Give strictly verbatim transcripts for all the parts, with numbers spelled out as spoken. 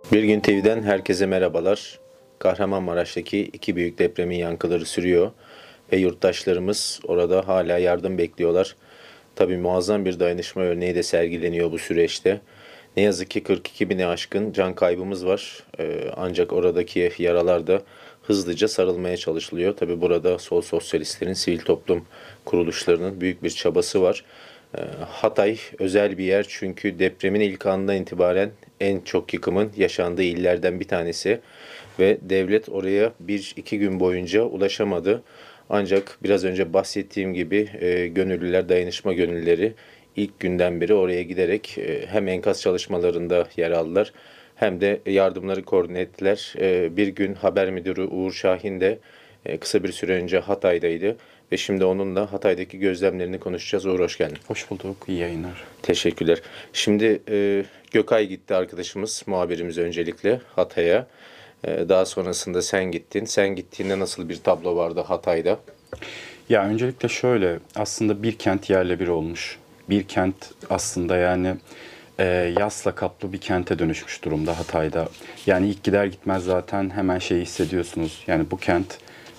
Bir Gün T V'den herkese merhabalar. Kahramanmaraş'taki iki büyük depremin yankıları sürüyor ve yurttaşlarımız orada hala yardım bekliyorlar. Tabii muazzam bir dayanışma örneği de sergileniyor bu süreçte. Ne yazık ki kırk iki bine aşkın can kaybımız var. Ee, ancak oradaki yaralar da hızlıca sarılmaya çalışılıyor. Tabii burada sol sosyalistlerin, sivil toplum kuruluşlarının büyük bir çabası var. Ee, Hatay özel bir yer çünkü depremin ilk anından itibaren en çok yıkımın yaşandığı illerden bir tanesi ve devlet oraya bir iki gün boyunca ulaşamadı. Ancak biraz önce bahsettiğim gibi e, gönüllüler, dayanışma gönüllüleri ilk günden beri oraya giderek e, hem enkaz çalışmalarında yer aldılar hem de yardımları koordine ettiler. E, bir gün haber müdürü Uğur Şahin de e, kısa bir süre önce Hatay'daydı ve şimdi onunla Hatay'daki gözlemlerini konuşacağız. Uğur, hoş geldin. Hoş bulduk, iyi yayınlar. Teşekkürler. Şimdi e, Gökay gitti, arkadaşımız, muhabirimiz, öncelikle Hatay'a. E, daha sonrasında sen gittin. Sen gittiğinde nasıl bir tablo vardı Hatay'da? Ya öncelikle şöyle, aslında bir kent yerle bir olmuş. Bir kent aslında yani e, yasla kaplı bir kente dönüşmüş durumda Hatay'da. Yani ilk gider gitmez zaten hemen şeyi hissediyorsunuz. Yani bu kent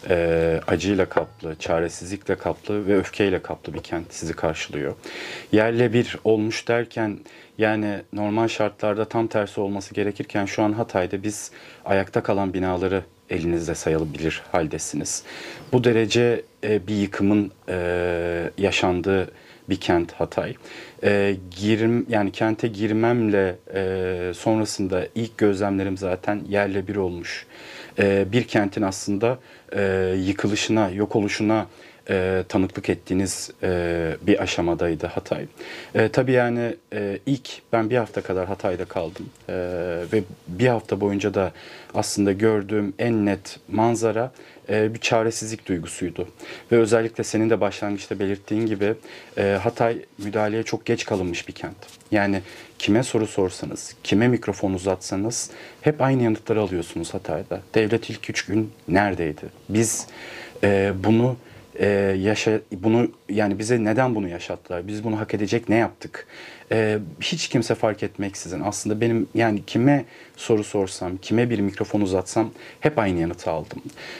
e, acıyla kaplı, çaresizlikle kaplı ve öfkeyle kaplı bir kent sizi karşılıyor. Yerle bir olmuş derken yani normal şartlarda tam tersi olması gerekirken şu an Hatay'da biz ayakta kalan binaları elinizde sayılabilir haldesiniz. Bu derece e, bir yıkımın e, yaşandığı bir kent Hatay. E, girim yani kente girmemle e, sonrasında ilk gözlemlerim zaten yerle bir olmuş. E, bir kentin aslında e, yıkılışına, yok oluşuna e, tanıklık ettiğiniz e, bir aşamadaydı Hatay. E, tabii yani e, ilk ben bir hafta kadar Hatay'da kaldım e, ve bir hafta boyunca da aslında gördüğüm en net manzara e, bir çaresizlik duygusuydu. Ve özellikle senin de başlangıçta belirttiğin gibi e, Hatay müdahaleye çok geç kalınmış bir kent. Yani kime soru sorsanız, kime mikrofon uzatsanız hep aynı yanıtları alıyorsunuz Hatay'da. Devlet ilk üç gün neredeydi? Biz e, bunu e, yaşa bunu yani bize neden bunu yaşattılar? Biz bunu hak edecek ne yaptık? E, hiç kimse fark etmeksizin aslında benim yani kime soru sorsam, kime bir mikrofon uzatsam hep aynı yanıtı aldım.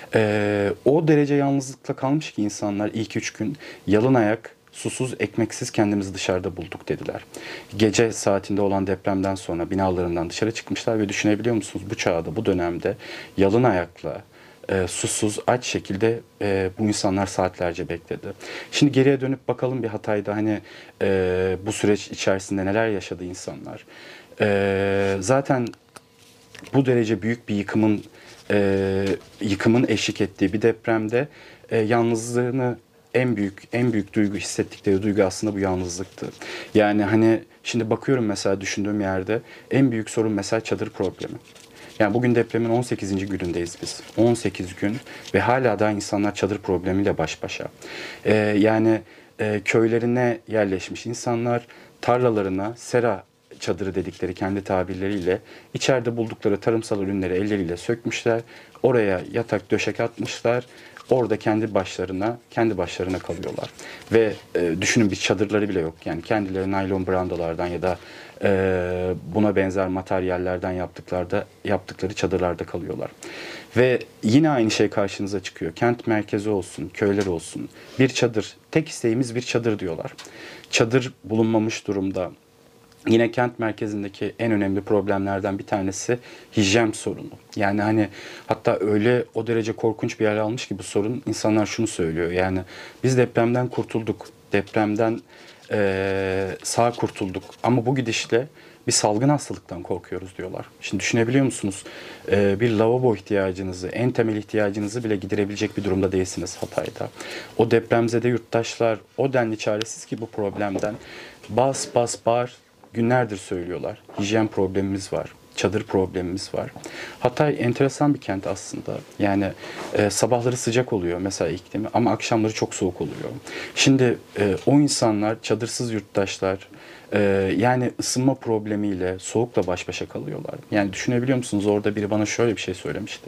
E, o derece yalnızlıkla kalmış ki insanlar ilk üç gün yalın ayak, susuz, ekmeksiz kendimizi dışarıda bulduk dediler. Gece saatinde olan depremden sonra binalarından dışarı çıkmışlar ve düşünebiliyor musunuz bu çağda, bu dönemde yalın ayakla, e, susuz, aç şekilde e, bu insanlar saatlerce bekledi. Şimdi geriye dönüp bakalım bir Hatay'da hani e, bu süreç içerisinde neler yaşadı insanlar. E, zaten bu derece büyük bir yıkımın e, yıkımın eşlik ettiği bir depremde e, yalnızlığını en büyük en büyük duygu hissettikleri duygu aslında bu yalnızlıktı. Yani hani şimdi bakıyorum mesela düşündüğüm yerde en büyük sorun mesela çadır problemi. Yani bugün depremin on sekizinci günündeyiz biz. on sekiz gün ve hala da insanlar çadır problemiyle baş başa. Ee, yani e, köylerine yerleşmiş insanlar tarlalarına sera çadırı dedikleri kendi tabirleriyle içeride buldukları tarımsal ürünleri elleriyle sökmüşler. Oraya yatak döşek atmışlar. Orada kendi başlarına, kendi başlarına kalıyorlar. Ve e, düşünün bir çadırları bile yok. Yani kendileri naylon brandalardan ya da e, buna benzer materyallerden yaptıklarda, yaptıkları çadırlarda kalıyorlar. Ve yine aynı şey karşınıza çıkıyor. Kent merkezi olsun, köyler olsun. Bir çadır, tek isteğimiz bir çadır diyorlar. Çadır bulunmamış durumda. Yine kent merkezindeki en önemli problemlerden bir tanesi hijyen sorunu. Yani hani hatta öyle o derece korkunç bir yer almış ki bu sorun insanlar şunu söylüyor. Yani biz depremden kurtulduk, depremden eee, sağ kurtulduk ama bu gidişle bir salgın hastalıktan korkuyoruz diyorlar. Şimdi düşünebiliyor musunuz? Eee, bir lavabo ihtiyacınızı, en temel ihtiyacınızı bile giderebilecek bir durumda değilsiniz Hatay'da. O depremzede yurttaşlar o denli çaresiz ki bu problemden bas bas bağır günlerdir söylüyorlar. Hijyen problemimiz var. Çadır problemimiz var. Hatay enteresan bir kent aslında. Yani e, sabahları sıcak oluyor mesela iklimi ama akşamları çok soğuk oluyor. Şimdi e, o insanlar, çadırsız yurttaşlar e, yani ısınma problemiyle, soğukla baş başa kalıyorlar. Yani düşünebiliyor musunuz? Orada biri bana şöyle bir şey söylemişti.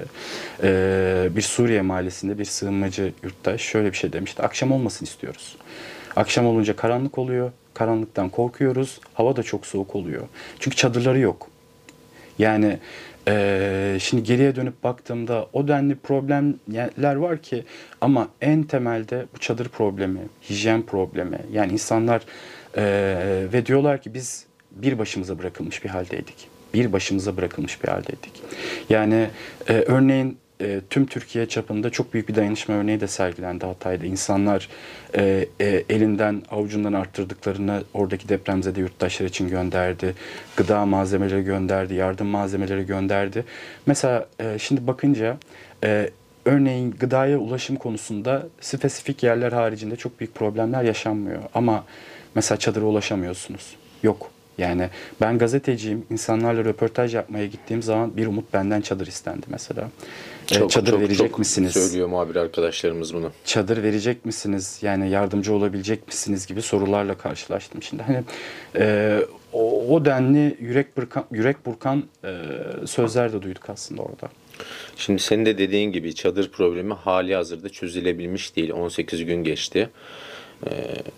E, bir Suriye mahallesinde bir sığınmacı yurttaş şöyle bir şey demişti. Akşam olmasın istiyoruz. Akşam olunca karanlık oluyor. Karanlıktan korkuyoruz. Hava da çok soğuk oluyor. Çünkü çadırları yok. Yani Ee, şimdi geriye dönüp baktığımda o denli problemler var ki ama en temelde bu çadır problemi, hijyen problemi. Yani insanlar ee, ve diyorlar ki biz bir başımıza bırakılmış bir haldeydik. Bir başımıza bırakılmış bir haldeydik. Yani e, örneğin e, tüm Türkiye çapında çok büyük bir dayanışma örneği de sergilendi Hatay'da. İnsanlar e, e, elinden avucundan arttırdıklarını oradaki depremzede yurttaşlar için gönderdi. Gıda malzemeleri gönderdi, yardım malzemeleri gönderdi. Mesela e, şimdi bakınca e, örneğin gıdaya ulaşım konusunda spesifik yerler haricinde çok büyük problemler yaşanmıyor. Ama mesela çadıra ulaşamıyorsunuz. Yok. Yani ben gazeteciyim. İnsanlarla röportaj yapmaya gittiğim zaman bir umut benden çadır istendi mesela. Ee, Çok çadır çok verecek çok misiniz? söylüyor muhabir arkadaşlarımız bunu. Çadır verecek misiniz? Yani yardımcı olabilecek misiniz gibi sorularla karşılaştım. Şimdi hani e, o, o denli yürek burkan, yürek burkan e, sözler de duyduk aslında orada. Şimdi senin de dediğin gibi çadır problemi hali hazırda çözülebilmiş değil. on sekiz gün geçti. Ee,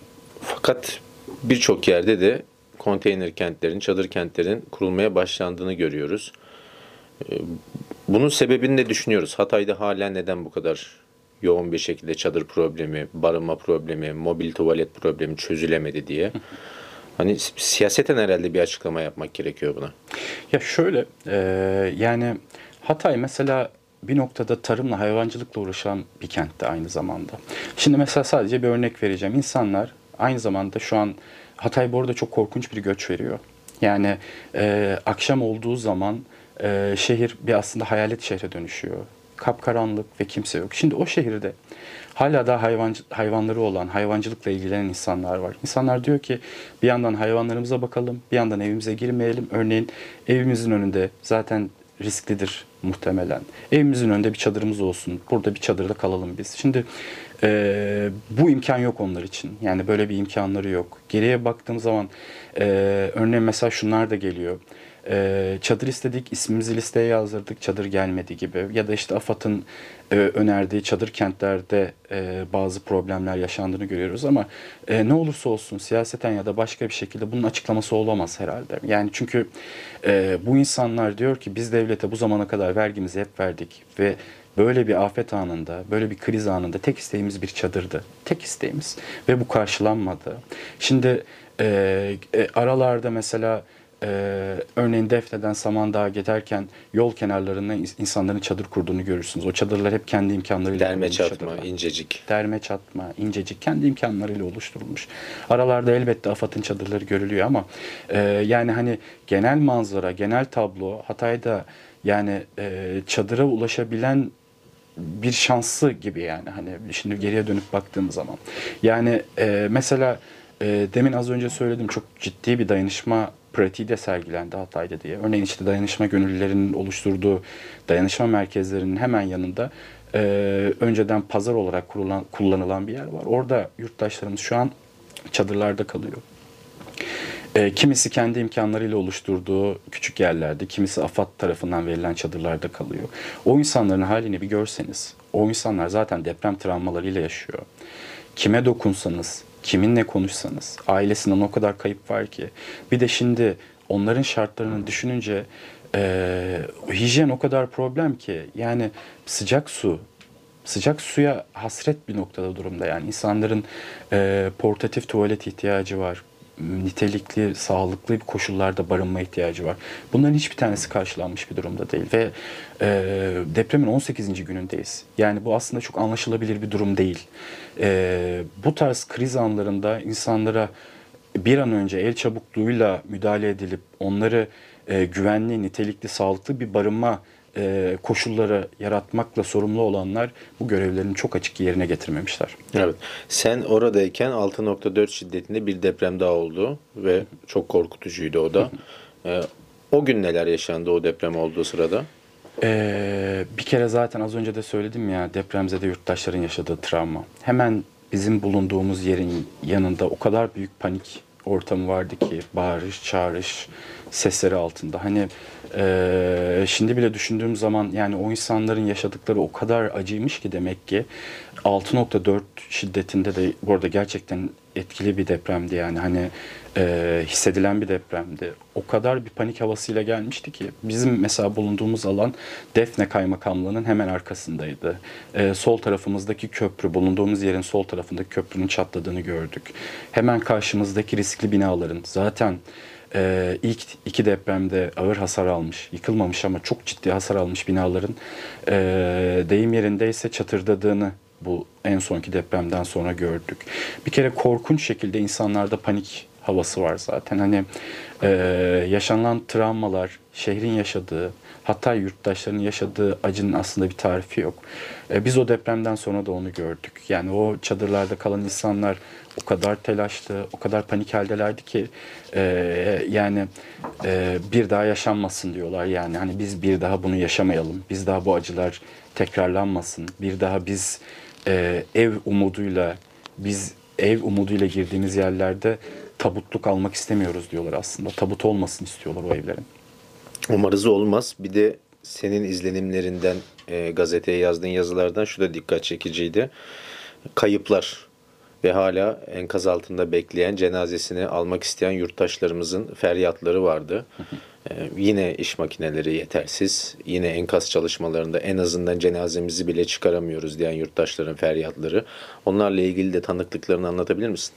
fakat birçok yerde de konteyner kentlerin, çadır kentlerin kurulmaya başlandığını görüyoruz. Ee, bunun sebebini ne düşünüyoruz? Hatay'da hala neden bu kadar yoğun bir şekilde çadır problemi, barınma problemi, mobil tuvalet problemi çözülemedi diye. Hani siyaseten herhalde bir açıklama yapmak gerekiyor buna. Ya şöyle e, yani Hatay mesela bir noktada tarımla hayvancılıkla uğraşan bir kentte aynı zamanda. Şimdi mesela sadece bir örnek vereceğim. İnsanlar aynı zamanda şu an Hatay bu arada çok korkunç bir göç veriyor. Yani e, akşam olduğu zaman e, şehir bir aslında hayalet şehre dönüşüyor. Kapkaranlık ve kimse yok. Şimdi o şehirde hala da hayvan, hayvanları olan, hayvancılıkla ilgilenen insanlar var. İnsanlar diyor ki bir yandan hayvanlarımıza bakalım, bir yandan evimize girmeyelim. Örneğin evimizin önünde zaten risklidir muhtemelen. Evimizin önünde bir çadırımız olsun. Burada bir çadırda kalalım biz. Şimdi e, bu imkan yok onlar için. Yani böyle bir imkanları yok. Geriye baktığım zaman e, örneğin mesela şunlar da geliyor. E, çadır istedik, ismimizi listeye yazdırdık, çadır gelmedi gibi. Ya da işte AFAD'ın e, önerdiği çadır kentlerde e, bazı problemler yaşandığını görüyoruz ama e, ne olursa olsun siyaseten ya da başka bir şekilde bunun açıklaması olamaz herhalde. Yani çünkü e, bu insanlar diyor ki biz devlete bu zamana kadar vergimizi hep verdik ve böyle bir afet anında, böyle bir kriz anında tek isteğimiz bir çadırdı. Tek isteğimiz ve bu karşılanmadı. Şimdi e, e, aralarda mesela Ee, örneğin Defne'den Samandağ'a giderken yol kenarlarında insanların çadır kurduğunu görürsünüz. O çadırlar hep kendi imkanlarıyla Derme kurulmuş çatma, çadırlar. incecik. Derme çatma, incecik, kendi imkanlarıyla oluşturulmuş. Aralarda elbette AFAD'ın çadırları görülüyor ama e, yani hani genel manzara, genel tablo Hatay'da yani e, çadıra ulaşabilen bir şansı gibi yani hani şimdi geriye dönüp baktığım zaman. Yani e, mesela e, demin az önce söyledim çok ciddi bir dayanışma pratiği de sergilendi Hatay'da diye. Örneğin işte dayanışma gönüllülerinin oluşturduğu dayanışma merkezlerinin hemen yanında e, önceden pazar olarak kurulan, kullanılan bir yer var. Orada yurttaşlarımız şu an çadırlarda kalıyor. E, kimisi kendi imkanlarıyla oluşturduğu küçük yerlerde, kimisi AFAD tarafından verilen çadırlarda kalıyor. O insanların halini bir görseniz, o insanlar zaten deprem travmalarıyla yaşıyor. Kime dokunsanız, kiminle konuşsanız, ailesinden o kadar kayıp var ki. Bir de şimdi onların şartlarını düşününce e, hijyen o kadar problem ki. Yani sıcak su, sıcak suya hasret bir noktada durumda yani. İnsanların e, portatif tuvalet ihtiyacı var. Nitelikli, sağlıklı bir koşullarda barınma ihtiyacı var. Bunların hiçbir tanesi karşılanmış bir durumda değil. Ve e, depremin on sekizinci günündeyiz. Yani bu aslında çok anlaşılabilir bir durum değil. E, bu tarz kriz anlarında insanlara bir an önce el çabukluğuyla müdahale edilip onları e, güvenli, nitelikli, sağlıklı bir barınma e, koşulları yaratmakla sorumlu olanlar bu görevlerini çok açık yerine getirmemişler. Evet. Sen oradayken altı nokta dört şiddetinde bir deprem daha oldu ve çok korkutucuydu o da. Ee, o gün neler yaşandı o deprem olduğu sırada? Ee, bir kere zaten az önce de söyledim ya depremzede yurttaşların yaşadığı travma. Hemen bizim bulunduğumuz yerin yanında o kadar büyük panik ortamı vardı ki bağırış, çağırış, sesleri altında. Hani e, şimdi bile düşündüğüm zaman yani o insanların yaşadıkları o kadar acıymış ki demek ki altı nokta dört şiddetinde de bu arada gerçekten etkili bir depremdi yani hani e, hissedilen bir depremdi. O kadar bir panik havasıyla gelmişti ki bizim mesela bulunduğumuz alan Defne Kaymakamlığı'nın hemen arkasındaydı. E, sol tarafımızdaki köprü, bulunduğumuz yerin sol tarafındaki köprünün çatladığını gördük. Hemen karşımızdaki riskli binaların zaten e, ilk iki depremde ağır hasar almış, yıkılmamış ama çok ciddi hasar almış binaların e, deyim yerindeyse çatırdadığını bu en sonki depremden sonra gördük. Bir kere korkunç şekilde insanlarda panik havası var zaten. Hani e, yaşanılan travmalar, şehrin yaşadığı, hatta yurttaşların yaşadığı acının aslında bir tarifi yok. E, biz o depremden sonra da onu gördük. Yani o çadırlarda kalan insanlar o kadar telaşlı, o kadar panik haldelerdi ki e, yani e, bir daha yaşanmasın diyorlar. Yani hani biz bir daha bunu yaşamayalım, biz daha bu acılar tekrarlanmasın, bir daha biz e, ev umuduyla, biz ev umuduyla girdiğimiz yerlerde tabutluk almak istemiyoruz diyorlar aslında. Tabut olmasın istiyorlar o evlerin. Umarız olmaz. Bir de senin izlenimlerinden, e, gazeteye yazdığın yazılardan şu da dikkat çekiciydi. Kayıplar ve hala enkaz altında bekleyen, cenazesini almak isteyen yurttaşlarımızın feryatları vardı. E, yine iş makineleri yetersiz, yine enkaz çalışmalarında en azından cenazemizi bile çıkaramıyoruz diyen yurttaşların feryatları. Onlarla ilgili de tanıklıklarını anlatabilir misin?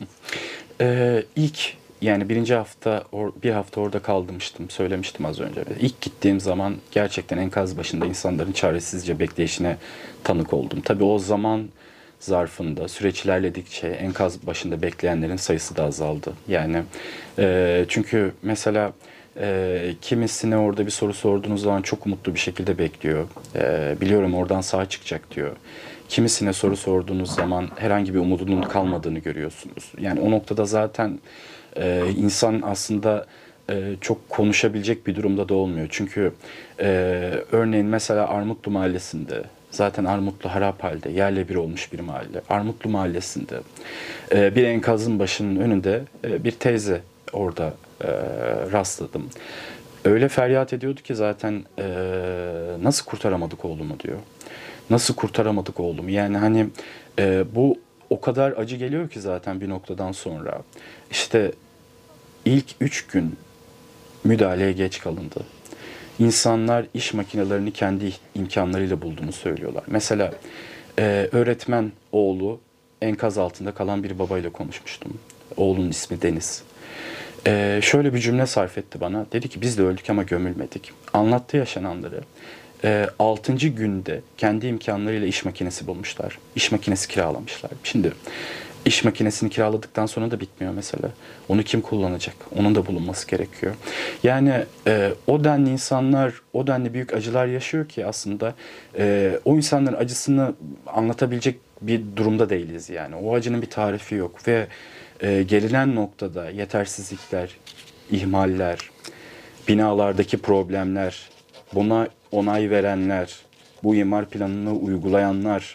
Ee, ilk yani birinci hafta or, bir hafta orada kalmıştım, söylemiştim az önce. İlk gittiğim zaman gerçekten enkaz başında insanların çaresizce bekleyişine tanık oldum. Tabii o zaman zarfında süreç ilerledikçe enkaz başında bekleyenlerin sayısı da azaldı. Yani e, çünkü mesela e, kimisine orada bir soru sorduğunuz zaman çok umutlu bir şekilde bekliyor. E, biliyorum oradan sağ çıkacak diyor. Kimisine soru sorduğunuz zaman herhangi bir umudunun kalmadığını görüyorsunuz. Yani o noktada zaten e, insan aslında e, çok konuşabilecek bir durumda da olmuyor. Çünkü e, örneğin mesela Armutlu Mahallesi'nde, zaten Armutlu harap halde, yerle bir olmuş bir mahalle. Armutlu Mahallesi'nde e, bir enkazın başının önünde e, bir teyze orada e, rastladım. Öyle feryat ediyordu ki zaten e, nasıl kurtaramadık oğlumu diyor. Nasıl kurtaramadık oğlumu? Yani hani e, bu o kadar acı geliyor ki zaten bir noktadan sonra. İşte ilk üç gün müdahaleye geç kalındı. İnsanlar iş makinelerini kendi imkanlarıyla bulduğunu söylüyorlar. Mesela e, öğretmen oğlu enkaz altında kalan bir babayla konuşmuştum. Oğlunun ismi Deniz. E, şöyle bir cümle sarf etti bana. Dedi ki biz de öldük ama gömülmedik. Anlattı yaşananları. E, altıncı günde kendi imkanlarıyla iş makinesi bulmuşlar. İş makinesi kiralamışlar. Şimdi iş makinesini kiraladıktan sonra da bitmiyor mesela. Onu kim kullanacak? Onun da bulunması gerekiyor. Yani e, o denli insanlar, o denli büyük acılar yaşıyor ki aslında e, o insanların acısını anlatabilecek bir durumda değiliz yani. O acının bir tarifi yok ve e, gelinen noktada yetersizlikler, ihmaller, binalardaki problemler, buna onay verenler, bu imar planını uygulayanlar,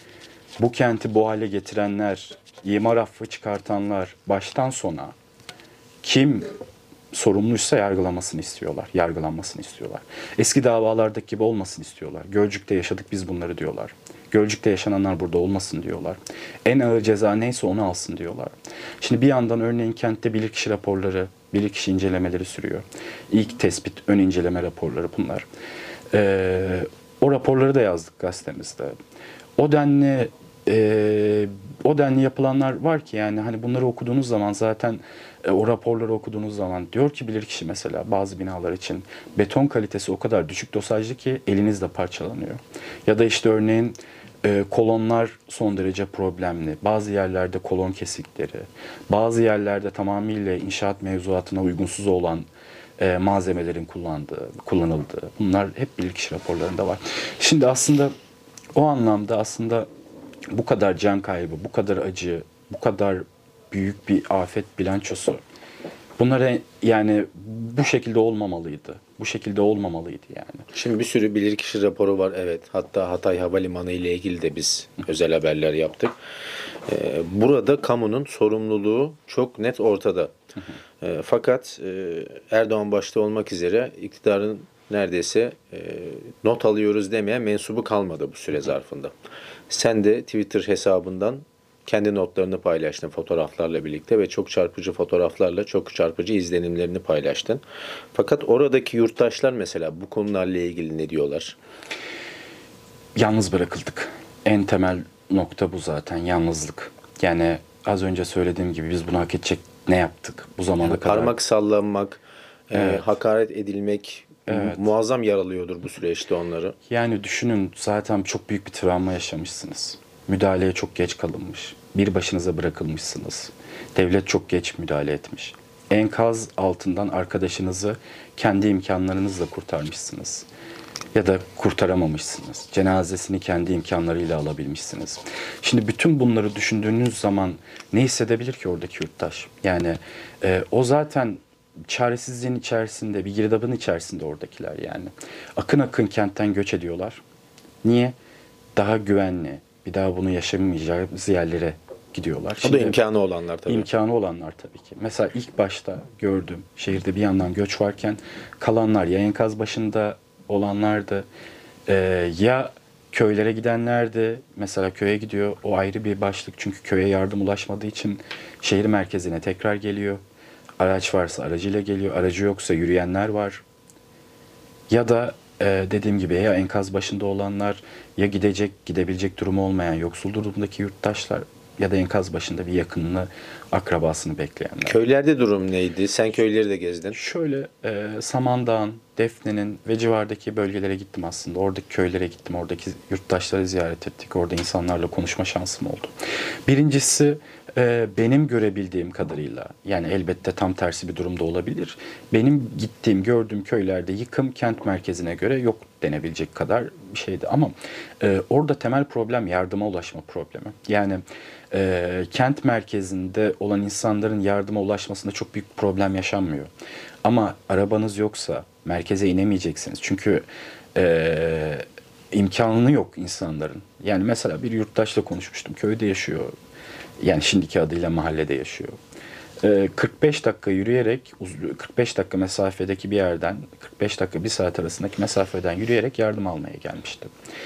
bu kenti bu hale getirenler, imar affı çıkartanlar baştan sona kim sorumluysa yargılamasını istiyorlar, yargılanmasını istiyorlar. Eski davalardaki gibi olmasını istiyorlar. Gölcük'te yaşadık biz bunları diyorlar. Gölcük'te yaşananlar burada olmasın diyorlar. En ağır ceza neyse onu alsın diyorlar. Şimdi bir yandan örneğin kentte bilirkişi raporları, bilirkişi incelemeleri sürüyor. İlk tespit, ön inceleme raporları bunlar. Ee, o raporları da yazdık gazetemizde. O denli e, o denli yapılanlar var ki yani hani bunları okuduğunuz zaman zaten e, o raporları okuduğunuz zaman diyor ki bilirkişi mesela bazı binalar için beton kalitesi o kadar düşük dosajlı ki elinizle parçalanıyor. Ya da işte örneğin e, kolonlar son derece problemli. Bazı yerlerde kolon kesikleri, bazı yerlerde tamamıyla inşaat mevzuatına uygunsuz olan e, malzemelerin kullandığı, kullanıldığı. Bunlar hep bilirkişi raporlarında var. Şimdi aslında o anlamda aslında bu kadar can kaybı, bu kadar acı, bu kadar büyük bir afet bilançosu bunlara yani bu şekilde olmamalıydı. Bu şekilde olmamalıydı yani. Şimdi bir sürü bilirkişi raporu var, evet. Hatta Hatay Havalimanı ile ilgili de biz özel haberler yaptık. E, burada kamunun sorumluluğu çok net ortada. E, fakat e, Erdoğan başta olmak üzere iktidarın neredeyse e, not alıyoruz demeyen mensubu kalmadı bu süre zarfında. Sen de Twitter hesabından kendi notlarını paylaştın fotoğraflarla birlikte ve çok çarpıcı fotoğraflarla çok çarpıcı izlenimlerini paylaştın. Fakat oradaki yurttaşlar mesela bu konularla ilgili ne diyorlar? Yalnız bırakıldık. En temel nokta bu zaten, yalnızlık. Yani az önce söylediğim gibi biz bunu hak edecek ne yaptık bu zamana Yani kadar? parmak sallanmak, e, Evet. hakaret edilmek Evet. muazzam yaralıyordur bu süreçte onları. Yani düşünün, zaten çok büyük bir travma yaşamışsınız. Müdahaleye çok geç kalınmış. Bir başınıza bırakılmışsınız. Devlet çok geç müdahale etmiş. Enkaz altından arkadaşınızı kendi imkanlarınızla kurtarmışsınız. Ya da kurtaramamışsınız. Cenazesini kendi imkanlarıyla alabilmişsiniz. Şimdi bütün bunları düşündüğünüz zaman ne hissedebilir ki oradaki yurttaş? Yani e, o zaten çaresizliğin içerisinde, bir girdabın içerisinde oradakiler yani. Akın akın kentten göç ediyorlar. Niye? Daha güvenli, bir daha bunu yaşamayacağımız yerlere gidiyorlar. O da imkanı olanlar tabii. İmkanı olanlar tabii ki. Mesela ilk başta gördüm, şehirde bir yandan göç varken kalanlar ya enkaz başında olanlardı, ee, ya köylere gidenlerdi. Mesela köye gidiyor, o ayrı bir başlık çünkü köye yardım ulaşmadığı için şehir merkezine tekrar geliyor. Araç varsa aracıyla geliyor, aracı yoksa yürüyenler var. Ya da e, dediğim gibi ya enkaz başında olanlar, ya gidecek, gidebilecek durumu olmayan yoksul durumdaki yurttaşlar, ya da enkaz başında bir yakınını, akrabasını bekleyenler. Köylerde durum neydi? Sen köyleri de gezdin. Şöyle e, Samandağ'ın, Defne'nin ve civardaki bölgelere gittim aslında. Oradaki köylere gittim, oradaki yurttaşları ziyaret ettik. Orada insanlarla konuşma şansım oldu. Birincisi e, benim görebildiğim kadarıyla, yani elbette tam tersi bir durumda olabilir. Benim gittiğim, gördüğüm köylerde yıkım kent merkezine göre yok denebilecek kadar bir şeydi. Ama e, orada temel problem yardıma ulaşma problemi. Yani e, kent merkezinde olan insanların yardıma ulaşmasında çok büyük problem yaşanmıyor. Ama arabanız yoksa merkeze inemeyeceksiniz. Çünkü e, imkanı yok insanların. Yani mesela bir yurttaşla konuşmuştum. Köyde yaşıyor. Yani şimdiki adıyla mahallede yaşıyor. E, kırk beş dakika yürüyerek, kırk beş dakika mesafedeki bir yerden, kırk beş dakika bir saat arasındaki mesafeden yürüyerek yardım almaya gelmişti.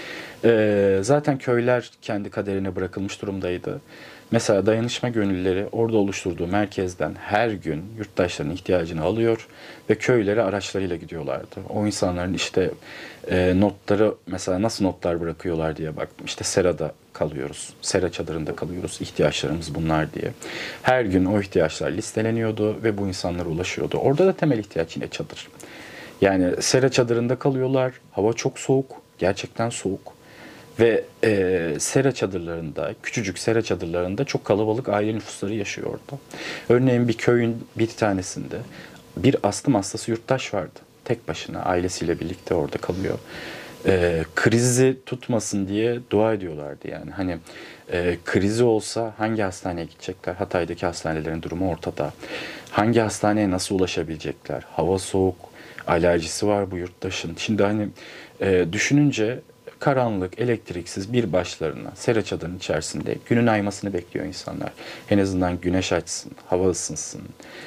E, zaten köyler kendi kaderine bırakılmış durumdaydı. Mesela dayanışma gönüllüleri orada oluşturduğu merkezden her gün yurttaşların ihtiyacını alıyor ve köylere araçlarıyla gidiyorlardı. O insanların işte e, notları, mesela nasıl notlar bırakıyorlar diye baktım. İşte serada kalıyoruz, sera çadırında kalıyoruz, ihtiyaçlarımız bunlar diye. Her gün o ihtiyaçlar listeleniyordu ve bu insanlara ulaşıyordu. Orada da temel ihtiyaç yine çadır. Yani sera çadırında kalıyorlar, hava çok soğuk, gerçekten soğuk. Ve e, sera çadırlarında, küçücük sera çadırlarında çok kalabalık aile nüfusları yaşıyor orada. Örneğin bir köyün bir tanesinde bir astım hastası yurttaş vardı. Tek başına ailesiyle birlikte orada kalıyor. E, krizi tutmasın diye dua ediyorlardı yani. Hani e, krizi olsa hangi hastaneye gidecekler? Hatay'daki hastanelerin durumu ortada. Hangi hastaneye nasıl ulaşabilecekler? Hava soğuk, alerjisi var bu yurttaşın. Şimdi hani e, düşününce karanlık, elektriksiz bir başlarına sera çadırının içerisinde günün aymasını bekliyor insanlar. En azından güneş açsın, hava ısınsın,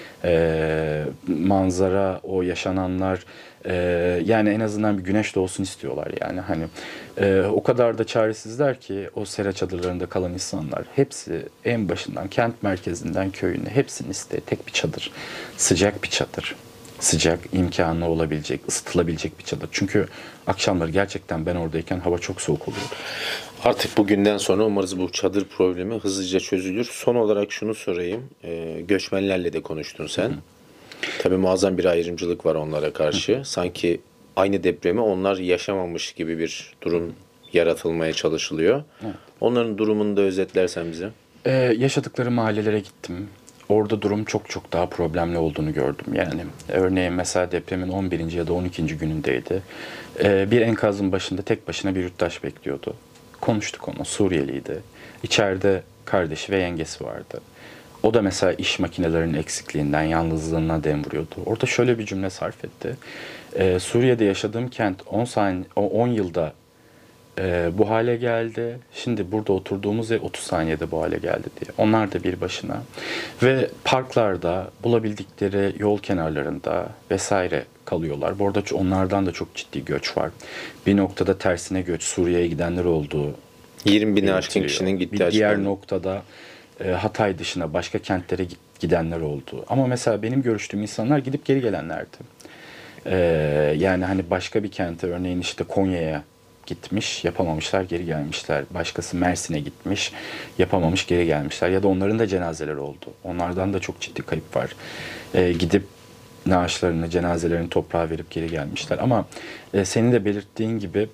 e, manzara, o yaşananlar, e, yani en azından bir güneş doğsun istiyorlar yani. Hani e, o kadar da çaresizler ki o sera çadırlarında kalan insanlar, hepsi en başından kent merkezinden köyüne, hepsinin isteği tek bir çadır, sıcak bir çadır. Sıcak, imkanı olabilecek, ısıtılabilecek bir çadır. Çünkü akşamları gerçekten ben oradayken hava çok soğuk oluyordu. Artık bugünden sonra umarız bu çadır problemi hızlıca çözülür. Son olarak şunu sorayım. Ee, göçmenlerle de konuştun sen. Hı. Tabii muazzam bir ayrımcılık var onlara karşı. Hı. Sanki aynı depremi onlar yaşamamış gibi bir durum yaratılmaya çalışılıyor. Hı. Onların durumunu da özetlersen bize. Ee, yaşadıkları mahallelere gittim. Orada durum çok çok daha problemli olduğunu gördüm. Yani örneğin mesela depremin on birinci ya da on ikinci günündeydi. Ee, bir enkazın başında tek başına bir yurttaş bekliyordu. Konuştuk onunla, Suriyeliydi. İçeride kardeşi ve yengesi vardı. O da mesela iş makinelerinin eksikliğinden, yalnızlığına dem vuruyordu. Orada şöyle bir cümle sarf etti. Ee, Suriye'de yaşadığım kent on saniye, on yılda e, bu hale geldi. Şimdi burada oturduğumuz ev otuz saniyede bu hale geldi diye. Onlar da bir başına. Ve parklarda, bulabildikleri yol kenarlarında vesaire kalıyorlar. Bu arada onlardan da çok ciddi göç var. Bir noktada tersine göç, Suriye'ye gidenler olduğu yirmi bini aşkın belirtiliyor. kişinin gittiği Bir diğer açıklandı. noktada e, Hatay dışına başka kentlere git- gidenler oldu. Ama mesela benim görüştüğüm insanlar gidip geri gelenlerdi. E, yani hani başka bir kente, örneğin işte Konya'ya gitmiş, yapamamışlar, geri gelmişler. Başkası Mersin'e gitmiş, yapamamış, geri gelmişler. Ya da onların da cenazeleri oldu. Onlardan da çok ciddi kayıp var. E, gidip naaşlarını, cenazelerini toprağa verip geri gelmişler. Ama e, senin de belirttiğin gibi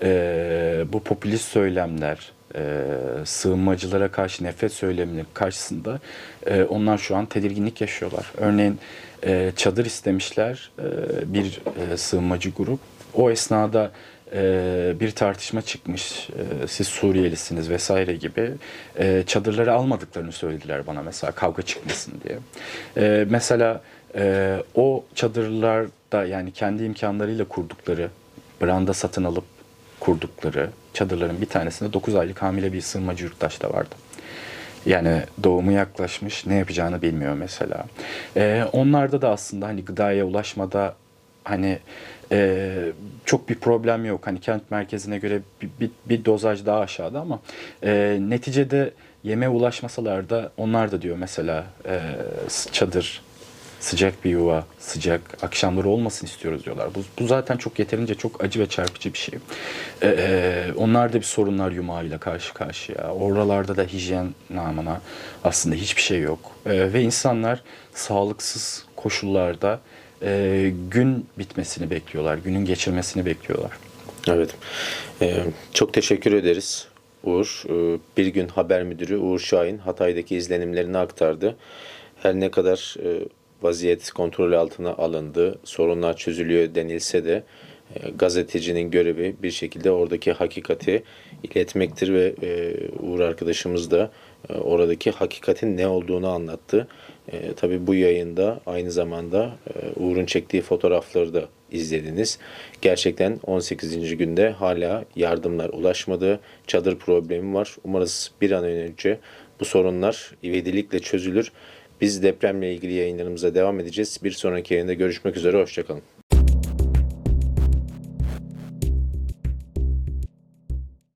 e, bu popülist söylemler, e, sığınmacılara karşı nefret söylemleri karşısında e, onlar şu an tedirginlik yaşıyorlar. Örneğin e, çadır istemişler e, bir e, sığınmacı grup. O esnada e, bir tartışma çıkmış. E, siz Suriyelisiniz vesaire gibi. E, çadırları almadıklarını söylediler bana mesela, kavga çıkmasın diye. E, mesela e, o çadırlarda, yani kendi imkanlarıyla kurdukları, branda satın alıp kurdukları çadırların bir tanesinde dokuz aylık hamile bir sığınmacı yurttaş da vardı. Yani doğumu yaklaşmış, ne yapacağını bilmiyor mesela. Ee, onlarda da aslında hani gıdaya ulaşmada hani e, çok bir problem yok. Hani kent merkezine göre bir, bir, bir dozaj daha aşağıda, ama e, neticede yemeğe ulaşmasalar da onlar da diyor mesela e, çadır, sıcak bir yuva, sıcak akşamları olmasın istiyoruz diyorlar. Bu, bu zaten çok yeterince çok acı ve çarpıcı bir şey. Ee, e, onlar da bir sorunlar yumağıyla karşı karşıya. Oralarda da hijyen namına aslında hiçbir şey yok. Ee, ve insanlar sağlıksız koşullarda e, gün bitmesini bekliyorlar, günün geçirmesini bekliyorlar. Evet. Ee, çok teşekkür ederiz Uğur. Ee, Bir Gün Haber Müdürü Uğur Şahin Hatay'daki izlenimlerini aktardı. Her ne kadar e, vaziyet kontrol altına alındı, sorunlar çözülüyor denilse de e, gazetecinin görevi bir şekilde oradaki hakikati iletmektir ve e, Uğur arkadaşımız da e, oradaki hakikatin ne olduğunu anlattı. E, tabii bu yayında aynı zamanda e, Uğur'un çektiği fotoğrafları da izlediniz. Gerçekten on sekizinci günde hala yardımlar ulaşmadı. Çadır problemi var. Umarız bir an önce bu sorunlar ivedilikle çözülür. Biz depremle ilgili yayınlarımıza devam edeceğiz. Bir sonraki yayında görüşmek üzere. Hoşça kalın.